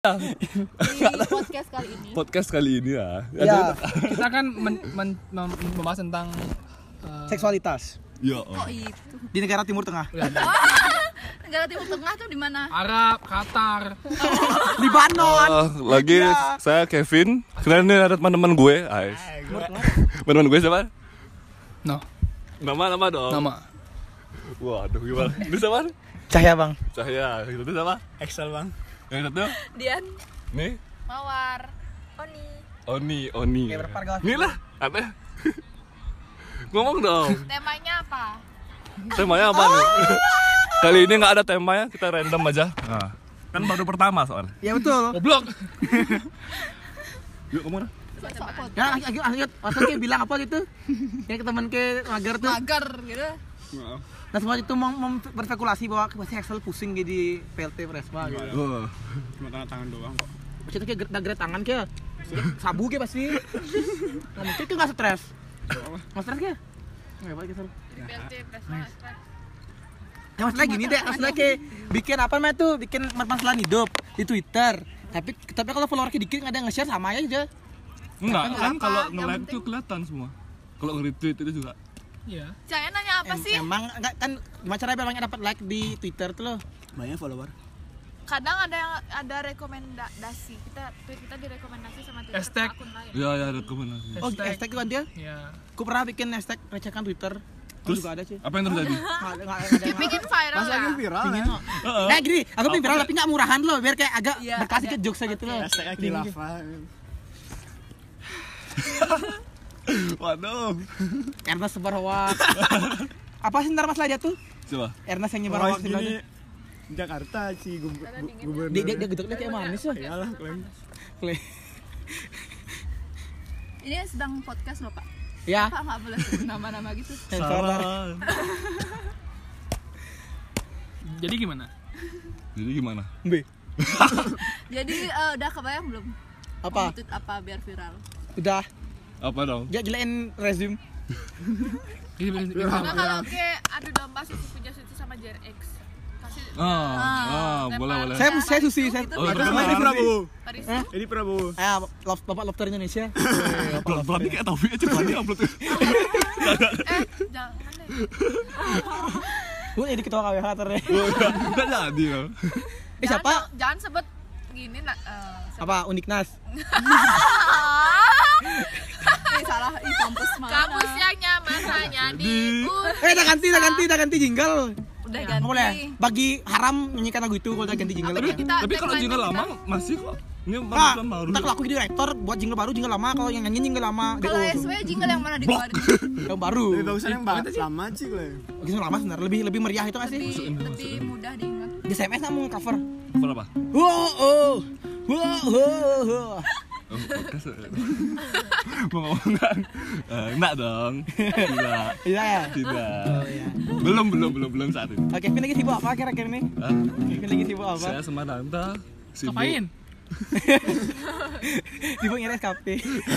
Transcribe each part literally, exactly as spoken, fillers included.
Di podcast kali ini. Podcast kali ini ya. Ya, kita kan men, men, men, membahas tentang uh, seksualitas. Ya. Kok itu? Di negara Timur Tengah. Negara Timur Tengah tuh di mana? Arab, Qatar, Libanon. Uh, lagi Ya. saya Kevin. Kalian ini ada teman-teman gue. Ais. Teman-teman gue siapa? no, Nama nama dong. nama. Waduh gimana? Itu siapa? Cahya, Bang. Cahya. Itu siapa? Excel, Bang. Yang satu? Dian. Nih. Mawar. Oni. Oni, Oni. Kayak berparga. Nih lah, apa? Ngomong dong. Temanya apa? Temanya apa nih? Kali ini nggak ada temanya, kita random aja. Nah, kan baru pertama soalnya. Ya betul. Goblok. Yuk kemana? Ya, ayo ayo maksudnya bilang apa gitu? Yang teman ke mager tuh. Mager gitu. Nah, semua itu mau mem- berspekulasi bahwa pasti Excel pusing di P L T Presma gitu. Oh. Cuma tangan tangan doang kok. Maksudnya kayak gerak gerak tangan kayak sabu kayak pasti. Nah, mungkin kan nggak stres. Nggak stres kayak? Nggak apa gitu. P L T Presma Express. Ya masalah gini deh, masalah kayak bikin apa namanya tuh, bikin masalah hidup di Twitter. Tapi tapi kalau followernya dikit nggak ada yang nge-share sama aja. Enggak, Apa? kan kalau Yang nge-like penting- tuh kelihatan semua. Kalau nge-retweet itu juga. Iya. Saya nanya apa Em- sih? Emang enggak kan gimana caranya biar banyak dapat like di Twitter tuh loh. Banyak follower. Kadang ada yang ada rekomendasi. Kita tweet kita direkomendasi sama Twitter Hashtag. akun lain. Iya, ya rekomendasi. Oh, Hashtag. hashtag itu kan dia. Ya. Aku pernah bikin hashtag recehkan Twitter. Terus juga ada sih. apa yang terjadi? Nggak ada- nggak ada- nggak ada yang- Pingin viral Pas lagi lah. viral Pingin ya. kok. Nah gini, aku pengen viral tapi nggak murahan loh, biar kayak agak Iya, berkelas ada. dikit jokesnya gitu loh. Hashtagnya khilafah. Waduh. Ernest sebar hoax. Apa sih ntar masalah dia tuh? Coba. Ernest yang nyebar Hoax hoax gini sebenarnya. Jakarta si gub- Karena gu- dingin. gubernur. Dia dia dia gedeknya kayak manis ya. Iyalah klaim. Kle- Ini sedang podcast loh, Pak. Ya, Pak nggak boleh sebut nama-nama gitu. sensor lah. Jadi gimana? Jadi gimana? B. Jadi eh, udah kebayang belum? Apa? Mau tweet apa biar viral? Udah. Apa dong? Dia jelain resume. Nah kalau kayak adu domba Susi punya Susi sama J R X. Kasih. Ah, ah, lempar. boleh boleh. Saya saya susi saya. Itu Oh, viral. itu Sama ini Apa Prabowo. Paris. Eh? Ini Prabowo. Ah, lof- Bapak Lobster Indonesia. Pelan-pelan nih kayak Taufik aja pelan upload. Eh, jangan deh. Gue jadi ketua K W H ternyata. Enggak jadi loh. Eh siapa? Jangan, jangan sebut gini nak. eh, sebut- Apa Uniknas? Ih, salah, ih kampus mana? Kampus yang nyaman hanya di Eh, udah ganti, udah ganti, udah ganti jingle. Udah Nggak ganti. boleh. Bagi haram nyanyikan lagu itu kalau udah ganti jingle. Apa ya. kita Tapi kalau tagline jingle kita- lama masih kok. Ini Ah, baru baru. ntar kalau aku jadi rektor buat jingle baru, jingle lama. Kalau yang nyanyi jingle lama, D O. Kalau S W jingle yang mana dikeluarin? Yang baru. Lebih bagusan yang ba- lama sih klaim. Jingle lama sebenarnya lebih lebih meriah itu nggak sih? Lebih lebih mudah diingat. Di S M S namun cover. Apa apa? Wow, oh, wow, wow, wow. Oh, podcast. Mau ngomong kan? Eh, enggak dong. Tidak. Iya ya. Tidak. Oh, iya. Belum belum belum belum saat ini. Oke, Kevin lagi sibuk apa kira-kira ini? Hah? Kevin lagi sibuk apa? Saya sama Nanta sibuk. Ngapain? Sibuk ngirim S K P.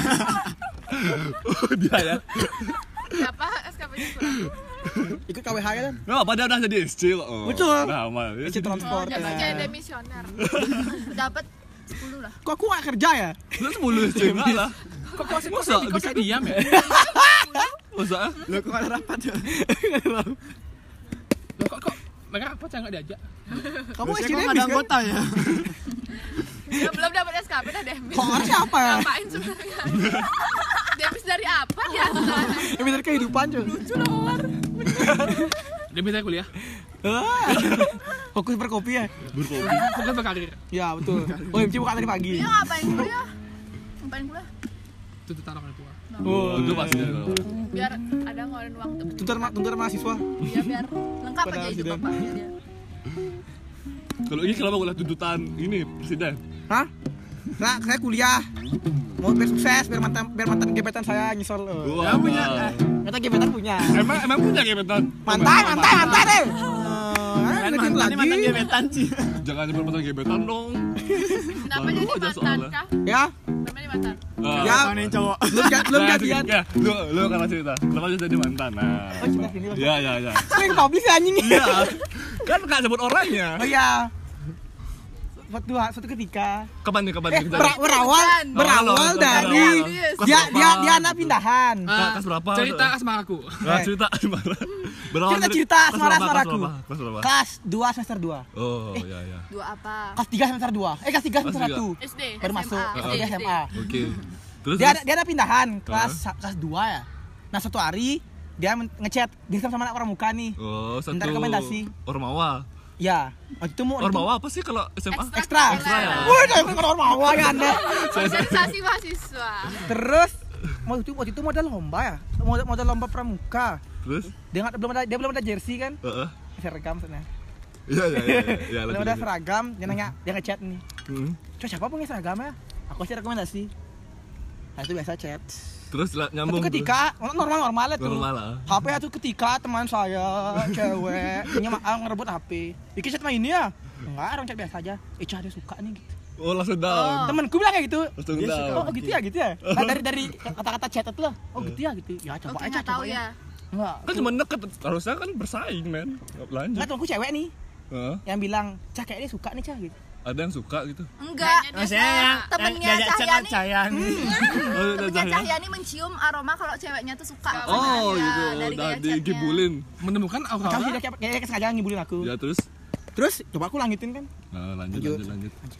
Oh, dia ya. Siapa S K P-nya kurang? Ikut K W H kan? Nggak apa dia udah jadi S C loh. Oh, Betul. Nah, amal. S C transport. Jangan ya. jadi demisioner. Dapat sepuluh lah. Kok aku gak kerja ya? Lu sepuluh S C enggak lah. Kok kok Masa kok bisa diam ya? Masa? Lo kok ada rapat ya? Loh, kok kok mereka apa saya nggak diajak? Kamu S Biasanya C kok Demis ada kan? anggota ya? Ya belum dapat S K P dah demis. Kok harus siapa ya? Ngapain sebenarnya? Demis dari apa dia? Yang dari kehidupan cuy. Lucu luar. Dia bisa kuliah. Fokus berkopi ya? Berkopi. Kuliah berkarir. Ya betul. Oh M C buka tadi pagi. Dia ngapain kuliah? Ngapain kuliah? Tuntutan orang tua. Oh, Itu pasti. Biar ada ngeluarin uang untuk Tuntutan ma- tuntutan mahasiswa. ya biar lengkap Pada aja hidup presiden. bapaknya dia. Kalau ini kenapa kuliah tuntutan ini presiden? Hah? Nah, saya kuliah. Mau biar sukses, biar mantan biar mantan gebetan saya nyesel. Wah, Ya, punya. wah. Kata gebetan punya. Emang emang punya gebetan? Mantan, mantan, mantan deh. Kan Lanjutin mantan ini mantan lagi. gebetan sih. Jangan nyebut mantan gebetan dong. Kenapa Baru jadi aja mantan soalnya. kah? Ya, Kenapa jadi mantan? Ah. Ya. Mana yang cowok? belum ja- belum Nah, jadian. ya, lu lu karena cerita. Kenapa dia jadi mantan? Nah. Oh, cerita sini, Bang. Ya, ya, ya. Kok yang publish ya, anjing? Iya. Kan enggak sebut orangnya. Oh iya. suatu suatu ketika Kapan nih kapan eh nih? ber- berawal berawal Oh, dari berawal. dia Kelas dia berapa? dia anak pindahan. Ah, Kelas berapa? Cerita asmaraku. Nah, cerita gimana? Berawal Cerita dari- cerita kelas asmara berapa, asmaraku. Kelas berapa? Kelas berapa? Kelas dua semester dua. Oh, iya iya. Dua apa? Kelas tiga semester dua. Eh kelas tiga semester Kelas tiga. satu. S D. Baru S M A. masuk. S D, Dia S M A. Oke. Terus Dia ada terus? dia ada pindahan kelas kelas dua ya. Nah, suatu hari dia men- ngechat dia sama anak pramuka nih. Oh, satu. Minta rekomendasi. Ormawa. Ya, waktu itu mau Ormawa apa sih kalau S M A? ekstra. Ekstra ya? Wih, jangan orang Ormawa ya Anda. Sensasi mahasiswa. Terus waktu itu waktu itu modal lomba ya. Modal modal lomba pramuka. Terus? Dia nggak belum ada dia belum ada jersey kan? Heeh. Seragam sebenarnya. Iya iya iya. Iya, Belum lanjut, ada lanjut. seragam, dia nanya, dia ngechat nih. Hmm. Coba siapa punya seragamnya? Aku kasih rekomendasi. Nah, itu biasa chat. Terus lah, nyambung. Satu ketika normal-normal terus. itu. Normal lah. H P itu ketika teman saya cewek punya ah, ngerebut H P. Iki chat main ini ya? Enggak, orang chat biasa aja. Eh, Cah, dia suka nih gitu. Oh, langsung down. Temenku bilang kayak gitu. Langsung Dia down. suka. Oh, gitu ya, gitu ya. Nah, dari dari kata-kata chat itu lah. Oh, gitu ya, gitu. Ya, coba Oke, aja nggak tahu coba ya. Enggak. Kan cuma deket, harusnya kan bersaing, men. Nggak lanjut. Enggak, temanku cewek nih Heeh. yang bilang, "Cah, kayak dia suka nih, Cah." gitu. Ada yang suka gitu. Enggak, Maksudnya yang temennya yang diajak Cahyani. Cahyani. Oh, udah temennya Cahya. Cahyani mencium aroma kalau ceweknya tuh suka sama Oh, dia gitu. dari Udah gaya chatnya. digibulin. Menemukan Tahu sih aura. dia kayak kayak sengaja ngibulin aku. Ya terus. Terus coba aku lanjutin kan. Nah, lanjut Lanjut. lanjut lanjut.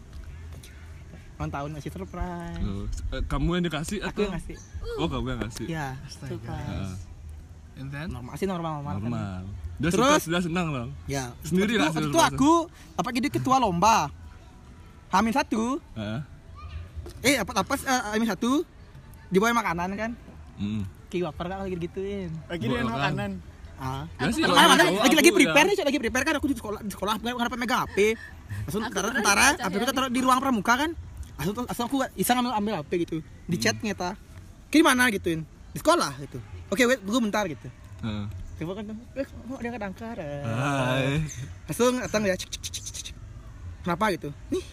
Ulang tahun ngasih surprise. Oh, eh, kamu yang dikasih Aku atau? yang ngasih. Oh, kamu yang ngasih. Iya, surprise. Heeh. And then Normal sih normal normal. kan. Normal. Dia Terus? suka, dia senang dong. Ya. Sendiri lah, Waktu itu surprise. aku apa jadi ketua lomba. Hamin satu, Heeh. eh apa apa uh, Hamin satu dibawa makanan kan. Heeh. Kayak baper kan lagi gituin. Lagi dia Bukan. makanan. Ah. Ya sih, Lagi, kalau lagi, cowok lagi, lagi aku prepare ya. nih, Cok, lagi prepare kan aku di sekolah di sekolah nggak nggak dapat megang H P. Langsung Aku antara pernah antara baca H P ya. kita taruh di ruang pramuka kan. Langsung langsung aku iseng ambil ambil H P gitu. Di chat nyata. Ki mana gituin? Di sekolah gitu. Oke, wait, tunggu bentar gitu. Heeh. Coba kan, eh, kok dia ngangkat eh. Hai. Langsung datang ya. Cek, cek, cek, cek, cek. Kenapa gitu? Nih,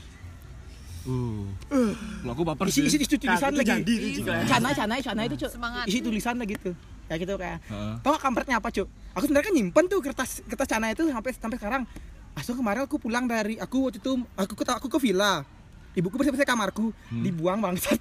Uh. Kalau aku baper isi sih. isi, isi tulisan Nah, itu lagi. jadi itu juga. Cana, cana, cana itu, Cuk. Semangat. Isi tulisan lah gitu. Kayak gitu kayak. Heeh. Tahu nggak kampretnya apa, Cuk? Aku sebenarnya kan nyimpen tuh kertas kertas cana itu sampai sampai sekarang. Langsung kemarin aku pulang dari aku waktu itu aku ke aku ke villa. Ibuku bersih-bersih kamarku, dibuang bangsat.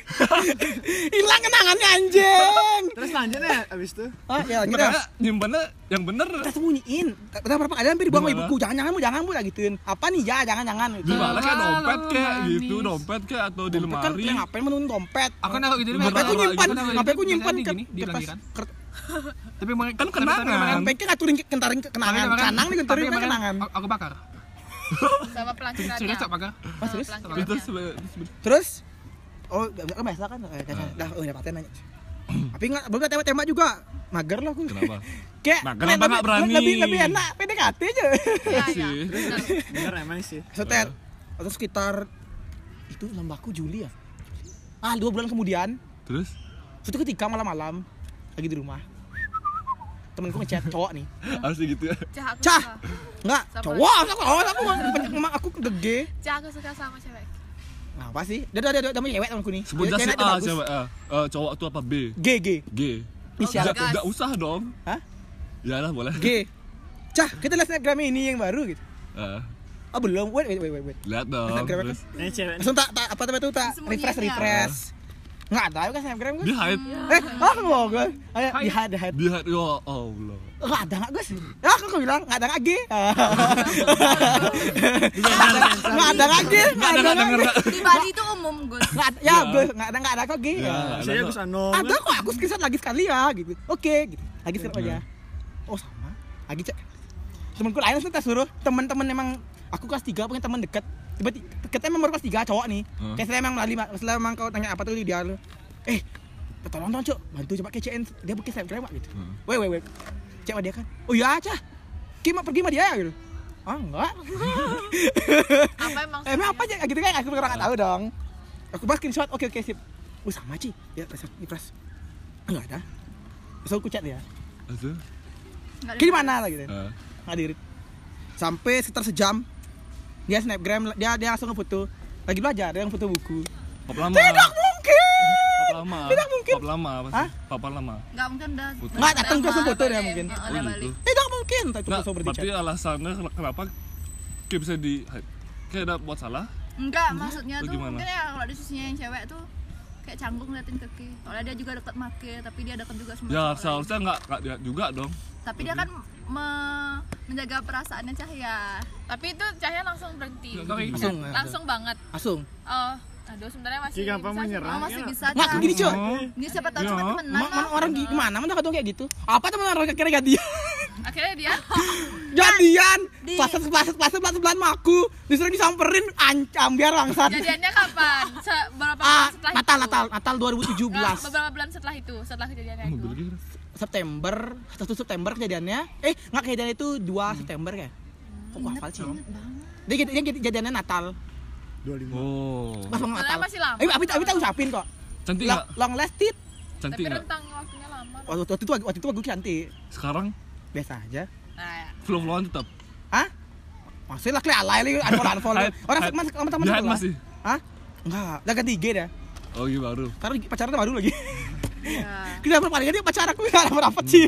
Hilang kenangannya anjing. Terus lanjutnya abis itu. Ah, ya lanjut dah. Makanya nyimpannya yang bener. Kita sembunyiin. Kita berapa kali hampir dibuang sama Di mana? ibuku. Jangan jangan bu, jangan bu, lah gituin. Apa nih ya, jangan jangan. Di mana kayak dompet kayak Manis. gitu, dompet kayak atau di Dompet kan lemari. yang ngapain menurun dompet? aku naruh gitu Bener. Sampai aku nyimpan, Gitu, sampai aku nyimpan di ke gini, di kertas. langgiran. kert- Tapi mau- Kan tapi- kenangan. tapi kemarin- Sampai ke ngaturin kentarin tapi kenangan. kemarin- Canang nih kentarin tapi kemarin kenangan. aku- Aku bakar. Sama pelancongannya. Serius tak bakar? Oh, serius? Sama Itu pelancongannya. sebe- Terus oh gak kan biasa kan kayak kayak dah oh udah paten nanya. Tapi enggak belum tembak-tembak juga. Mager lah aku. Kenapa? Kayak Nah, kenapa lebih- nggak berani? Lebih lebih enak P D K T aja. Iya, iya. sih. Benar. Bener emang sih. Seter. Atau sekitar itu lombaku Juli ya. Ah, dua bulan kemudian, Terus? suatu ketika malam-malam lagi di rumah. Temenku ngechat cowok nih. Harus gitu ya. Cah, aku Cah. suka. Enggak, Sama. cowok, aku cowok aku emang aku gede. Cah, aku suka sama cewek. Nah, apa sih? Dia dia dia namanya cewek temanku nih. Sebut Dia- aja dia- si dia A, bagus. cewek A. Eh, cowok tuh apa B? G G. G. Inisial. Oh, Enggak enggak usah dong. Hah? Ya lah boleh. G. Cah, kita lihat Instagram ini yang baru gitu. Eh, Oh, belum. Wait, wait, wait, wait. wait. lihat dong. Instagram Terus Ini cewek. Langsung tak tak apa namanya tuh tak Sembunyiin refresh ya. refresh. Enggak ada kan Instagram kan? di hide. Eh, ah mau gue. Ayo di hide di hide. Di hide ya Allah. Enggak ada enggak Gus? Ya aku kok bilang enggak ada enggak G. Enggak ada enggak G. Enggak ada enggak denger. Nggak? Di Bali itu umum, Gus. Enggak ada. Ya, Gus, enggak ada enggak ada kok G. Ya, Ya. Saya ada aku kok. sano. Ada kok aku screenshot lagi sekali ya gitu. Oke gitu. Lagi screenshot aja. Oh sama. Lagi cek. Temenku lain langsung tak suruh teman-teman emang aku kelas tiga punya teman dekat. Tiba-tiba kita emang baru kelas tiga cowok nih. Hmm. Kayak saya emang melalui setelah emang kau tanya apa tuh dia lu. Eh, tolong dong, Cuk. Bantu coba kecein dia bikin Instagram gitu. Hmm. Wait, wait, wait. Cek sama dia kan. Oh iya, Cah. Ki mau pergi sama dia gitu. Ah, enggak. Apa emang? Eh, emang apa aja gitu kan aku kurang tahu dong. Aku bahas screenshot. Oke, oke, sip. Oh, sama, Ci. Ya, press, press. Enggak ada. Terus aku chat dia. Aduh. Nggak ada. Ki di mana lah gitu. Eh, Ngadirin. Sampai sekitar sejam dia snapgram dia dia langsung ngefoto lagi belajar dia yang foto buku. Pap lama. Tidak mungkin. Pap lama. Tidak mungkin. Pap lama apa Hah? sih? Papa lama. Enggak mungkin udah. Foto. Nggak, datang ke langsung foto dia balik. mungkin. Oh, Oh, udah gitu. balik. Tidak mungkin. Entah itu Nggak, foto berarti berarti. alasannya kenapa Ki bisa di hide? kayak ada buat salah. Enggak, maksudnya Itu tuh gimana? mungkin ya kalau di sisinya yang cewek tuh kayak canggung ngeliatin keki. Soalnya dia juga deket make, tapi dia deket juga sama Ya cowok lain. seharusnya nggak nggak dia juga dong. Tapi dia kan me- menjaga perasaannya Cahya. Tapi itu Cahya langsung berhenti. Sorry. Langsung. Langsung banget. Langsung. Oh, aduh sebenarnya masih Ki gampang bisa sih. menyerah. Oh, masih ya. bisa Nggak Cah. gini, Cuk. Dia siapa tahu Ya. cuma temenan Ma- lah. ma- orang gimana mana kadang kayak gitu? Apa teman orang kira gantian? Akhirnya dia Jadian. Di- Pas pas pas pas sebelah aku. Disuruh disamperin ancam biar bangsat. jadiannya kapan? Se- berapa Ah, bulan setelah Natal itu? Natal Natal dua ribu tujuh Nggak, belas. beberapa bulan setelah itu, setelah kejadiannya itu. September, satu September kejadiannya. Eh, enggak kejadian itu dua September kayak. Kok gua hafal sih? Dia dia dia kejadiannya Natal. dua puluh lima. Oh. Pas mau Sebenarnya Natal. masih lama. Eh, tapi tapi tak ucapin kok. Cantik Long, nggak? long lasted. Cantik Tapi nggak? rentang waktunya lama. Waktu, waktu itu waktu itu gue cantik. Sekarang Biasa aja. Nah, flow-flowan tetap. Hah? Maksudnya lah kayak alay lagi unfollow unfollow. Hide- Orang hide- teman teman-teman Di hide sekolah. masih. Hah? Enggak, udah ganti I G dah. Oh iya baru. Karena pacaran baru lagi. ya. Kita berpaling dia pacar aku enggak dapat dapat sih.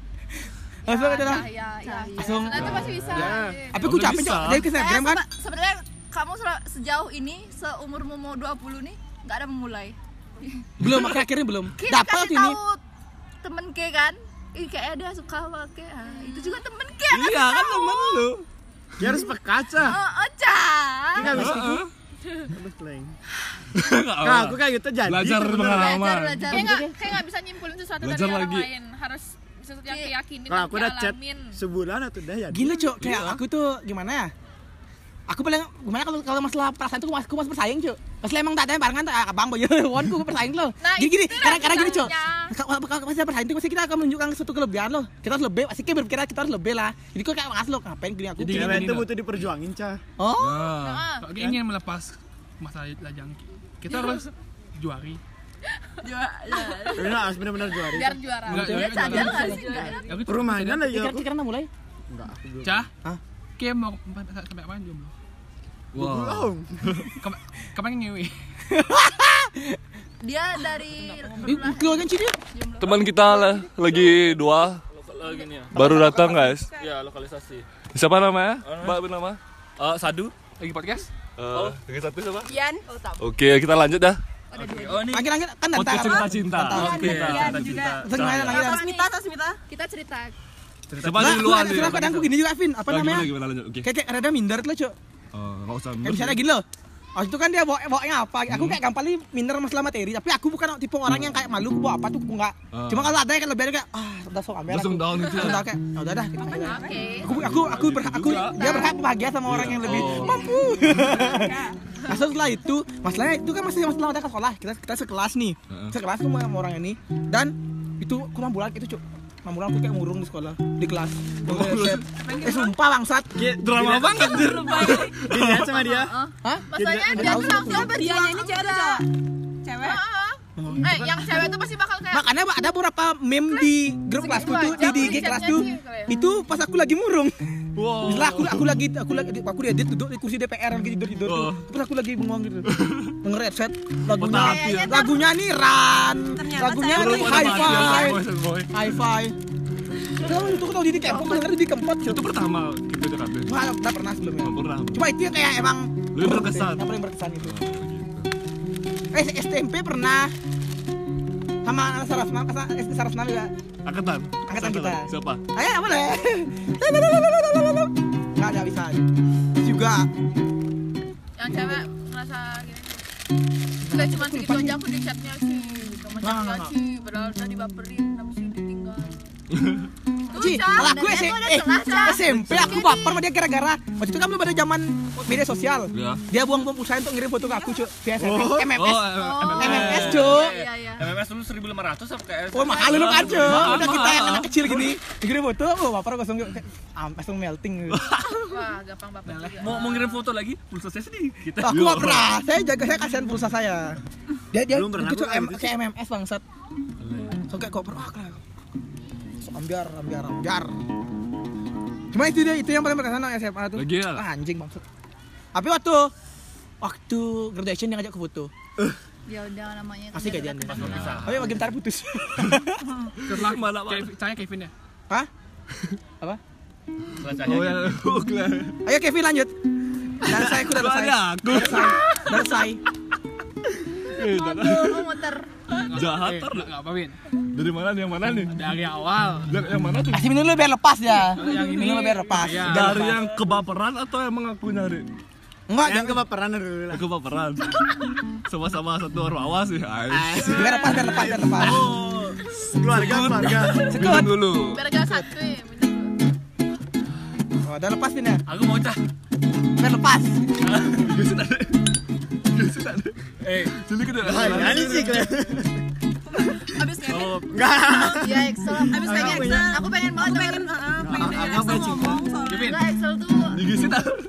Langsung aja dah. Ya, ya, ya. Langsung. Nanti masih bisa. Ya. Tapi aku Nggak capek bisa. cok. Dari ke Saya Snapgram kan. sebe- sebenarnya kamu sel- sejauh ini seumurmu mau dua puluh nih nggak ada memulai. Belum akhir-akhirnya belum. Kita Dapat kasih ini. tahu temen Ke kan, ih kayaknya dia suka sama Ke. Ah, itu juga temen Ke. Iya kan temen lu. Dia harus pekaca. Oh, oh, Cah. Kita habis itu. Heeh. Aduh, Leng. Nggak Nah, apa. aku kayak gitu jadi. Belajar bener. pengalaman. Belajar, belajar. Kayak nggak kayak nggak bisa nyimpulin sesuatu Belajar dari orang lagi. lain. Harus sesuatu yang diyakini Kalau dan aku udah chat dialamin. sebulan atau udah ya. Gila cok, kayak Iya. aku tuh gimana ya? Aku paling gimana kalau kalau masalah perasaan tuh aku masih bersaing cok. Pas emang tak ada barengan tak abang boy, wan aku bersaing loh. Nah, Gini gini, itu karena lah karena gini cok. susahnya. Kalau kalau masih bersaing tuh pasti kita akan menunjukkan suatu kelebihan loh. Kita harus lebih, pasti kita berpikir kita harus lebih lah. Jadi kok kayak ngas lo ngapain gini aku? Jadi Cewek gini itu nggak? butuh diperjuangin, Cah. Oh, Nah. Nah, Kalau kita ingin melepas masalah lajang, kita harus juari. Benar, harus benar-benar juara. biar juara. Enggak, Dia enggak, sadar enggak. nggak sih? Nggak. Aku Permainan lagi sekarang aku. sekarang udah mulai. Enggak, aku belum. Cah, Hah? Kayak mau sampai apa jomblo? Wow. Belum. Kapan kapan ngewe? Dia dari Ih, keluarga sini. Teman kita lah, lagi dua baru datang guys. Ya, lokalisasi. Siapa namanya? Mbak bernama? Eh, Sadu. Lagi podcast? Oh, lagi satu siapa? Yan. Oke, kita lanjut dah. Oh, ini Lanjut lanjut kan nanti. Podcast cerita cinta. Oke, cerita cinta. Langsung aja lanjut. Tasmita, Tasmita. Kita cerita. Siapa Nah, di luar ada nih? surat kadangku gini juga Vin, apa Oh, gimana namanya? gimana lanjut? Oke. Kayak kayak rada minder tuh cok. Oh, enggak usah. Kayak misalnya gini loh. Oh itu kan dia bawa bawanya apa? Aku kayak gampang nih minder masalah materi, tapi aku bukan tipe orang yang kayak malu bawa apa tuh aku enggak. Ah. Cuma kalau ada yang kayak lebih kayak ah udah sok ambil. Langsung aku. down itu. Langsung down kayak "Ya udah dah. Gitu. Oke. Aku aku aku berhak aku dia berhak bahagia sama orang yang lebih Oh. mampu. Nah, setelah itu, masalahnya itu kan masih masalah udah ke sekolah. Kita kita sekelas nih. Heeh. Sekelas tuh sama orang ini dan itu kurang bulan itu cuk. enam bulan aku kayak murung di sekolah, di kelas. Eh sumpah bangsat. Drama banget. Dilihat sama dia. Hah? Maksudnya Tidak- dia tidak tuh tahu langsung berjuang ini cewek atau cowok? Cewek. Eh, yang cewek tuh pasti bakal kayak Makanya ada beberapa meme di grup kelasku tuh di di, di kelas tuh. Itu pas aku lagi murung. Wow. Misalnya aku aku lagi aku lagi aku diedit duduk di kursi D P R lagi tidur tidur tuh. Oh. Terus aku lagi bengong gitu. Denger headset lagunya. Patah hati ya. Lagunya nih Ran. Lagunya saya nih udah Hi-Fi. Boy. Hi-Fi. Kalau itu kalau di kempot denger di kempot. Itu pertama kita dekat. Wah, udah pernah sebelumnya. Belum pernah. Cuma itu yang kayak emang Lebih berkesan. Yang paling berkesan itu. Gitu. Eh S T M P pernah sama Sarasna, S D Sarasna juga. Angkatan. Angkatan kita. Siapa? Ayo apa deh? Nggak ada bisa. Juga. yang cewek merasa gini. Udah cuma segitu aja aku di chatnya sih. Gitu. Nggak, nggak, Macam nggak. sih, padahal udah dibaperin habis itu ditinggal. Ci, kalau aku S eh, S M P aku baper sama dia gara-gara waktu itu kan belum ada zaman media sosial. Ya. Dia buang pulsa untuk ngirim foto ke aku, Cuk. Via S M S. M M S. Oh, M M S, Cuk. Iya, iya. M M S dulu seribu lima ratus apa kayak Oh, mahal lu kan, Cuk. Mahal, Udah kita mahal. yang anak kecil gini, ngirim foto, oh baper langsung kayak am- langsung melting. Wah, gampang baper juga. mau mau ngirim foto lagi pulsa saya sedih kita. Aku nggak pernah. Saya jaga saya kasihan pulsa saya. Dia dia Belum pernah itu aku M, kayak gitu kayak M M S bangsat. So kayak koper ah kayak. So, ambiar ambiar ambiar. Cuma itu dia itu yang paling berkesan S M A tuh. Lagi ya? Ah, anjing bangsat. Tapi waktu waktu graduation dia ngajak ke foto. Ya udah namanya. Asik aja dia. Pas mau pisah. Tapi bagi bentar putus. Setelah mana? Saya Kevin ya. Hah? Apa? Bacanya Oh ya. gitu. Ayo Kevin lanjut. Udah selesai, aku udah selesai. Soalnya aku. Udah selesai. Eh, Mobil muter. Jahat Eh, tar. nggak nggak apa Win. Dari mana nih? Yang mana nih? Dari awal. Yang, yang mana tuh? Kasih minum dulu biar lepas ya. Yang ini Minum biar lepas. iya. Biar Dari lepas. yang kebaperan atau emang aku nyari? Enggak, Yang jangan kebaperan dulu lah. Kebaperan. Sama-sama satu arwah sih. Ais. biar lepas, biar lepas, biar lepas. Oh, keluarga, keluarga. Minum dulu. Biar gak satu ya. Oh, udah lepas Vin ya. Aku mau cah. Biar lepas. Gesit ada. Gesit ada. Eh, Sini kita. Ini sih kalian. Abis ngepet. Oh, enggak. Iya Excel. Abis pengen Excel. Aku pengen banget. Aku pengen. Apa sih? Enggak Excel tuh Digesit ada.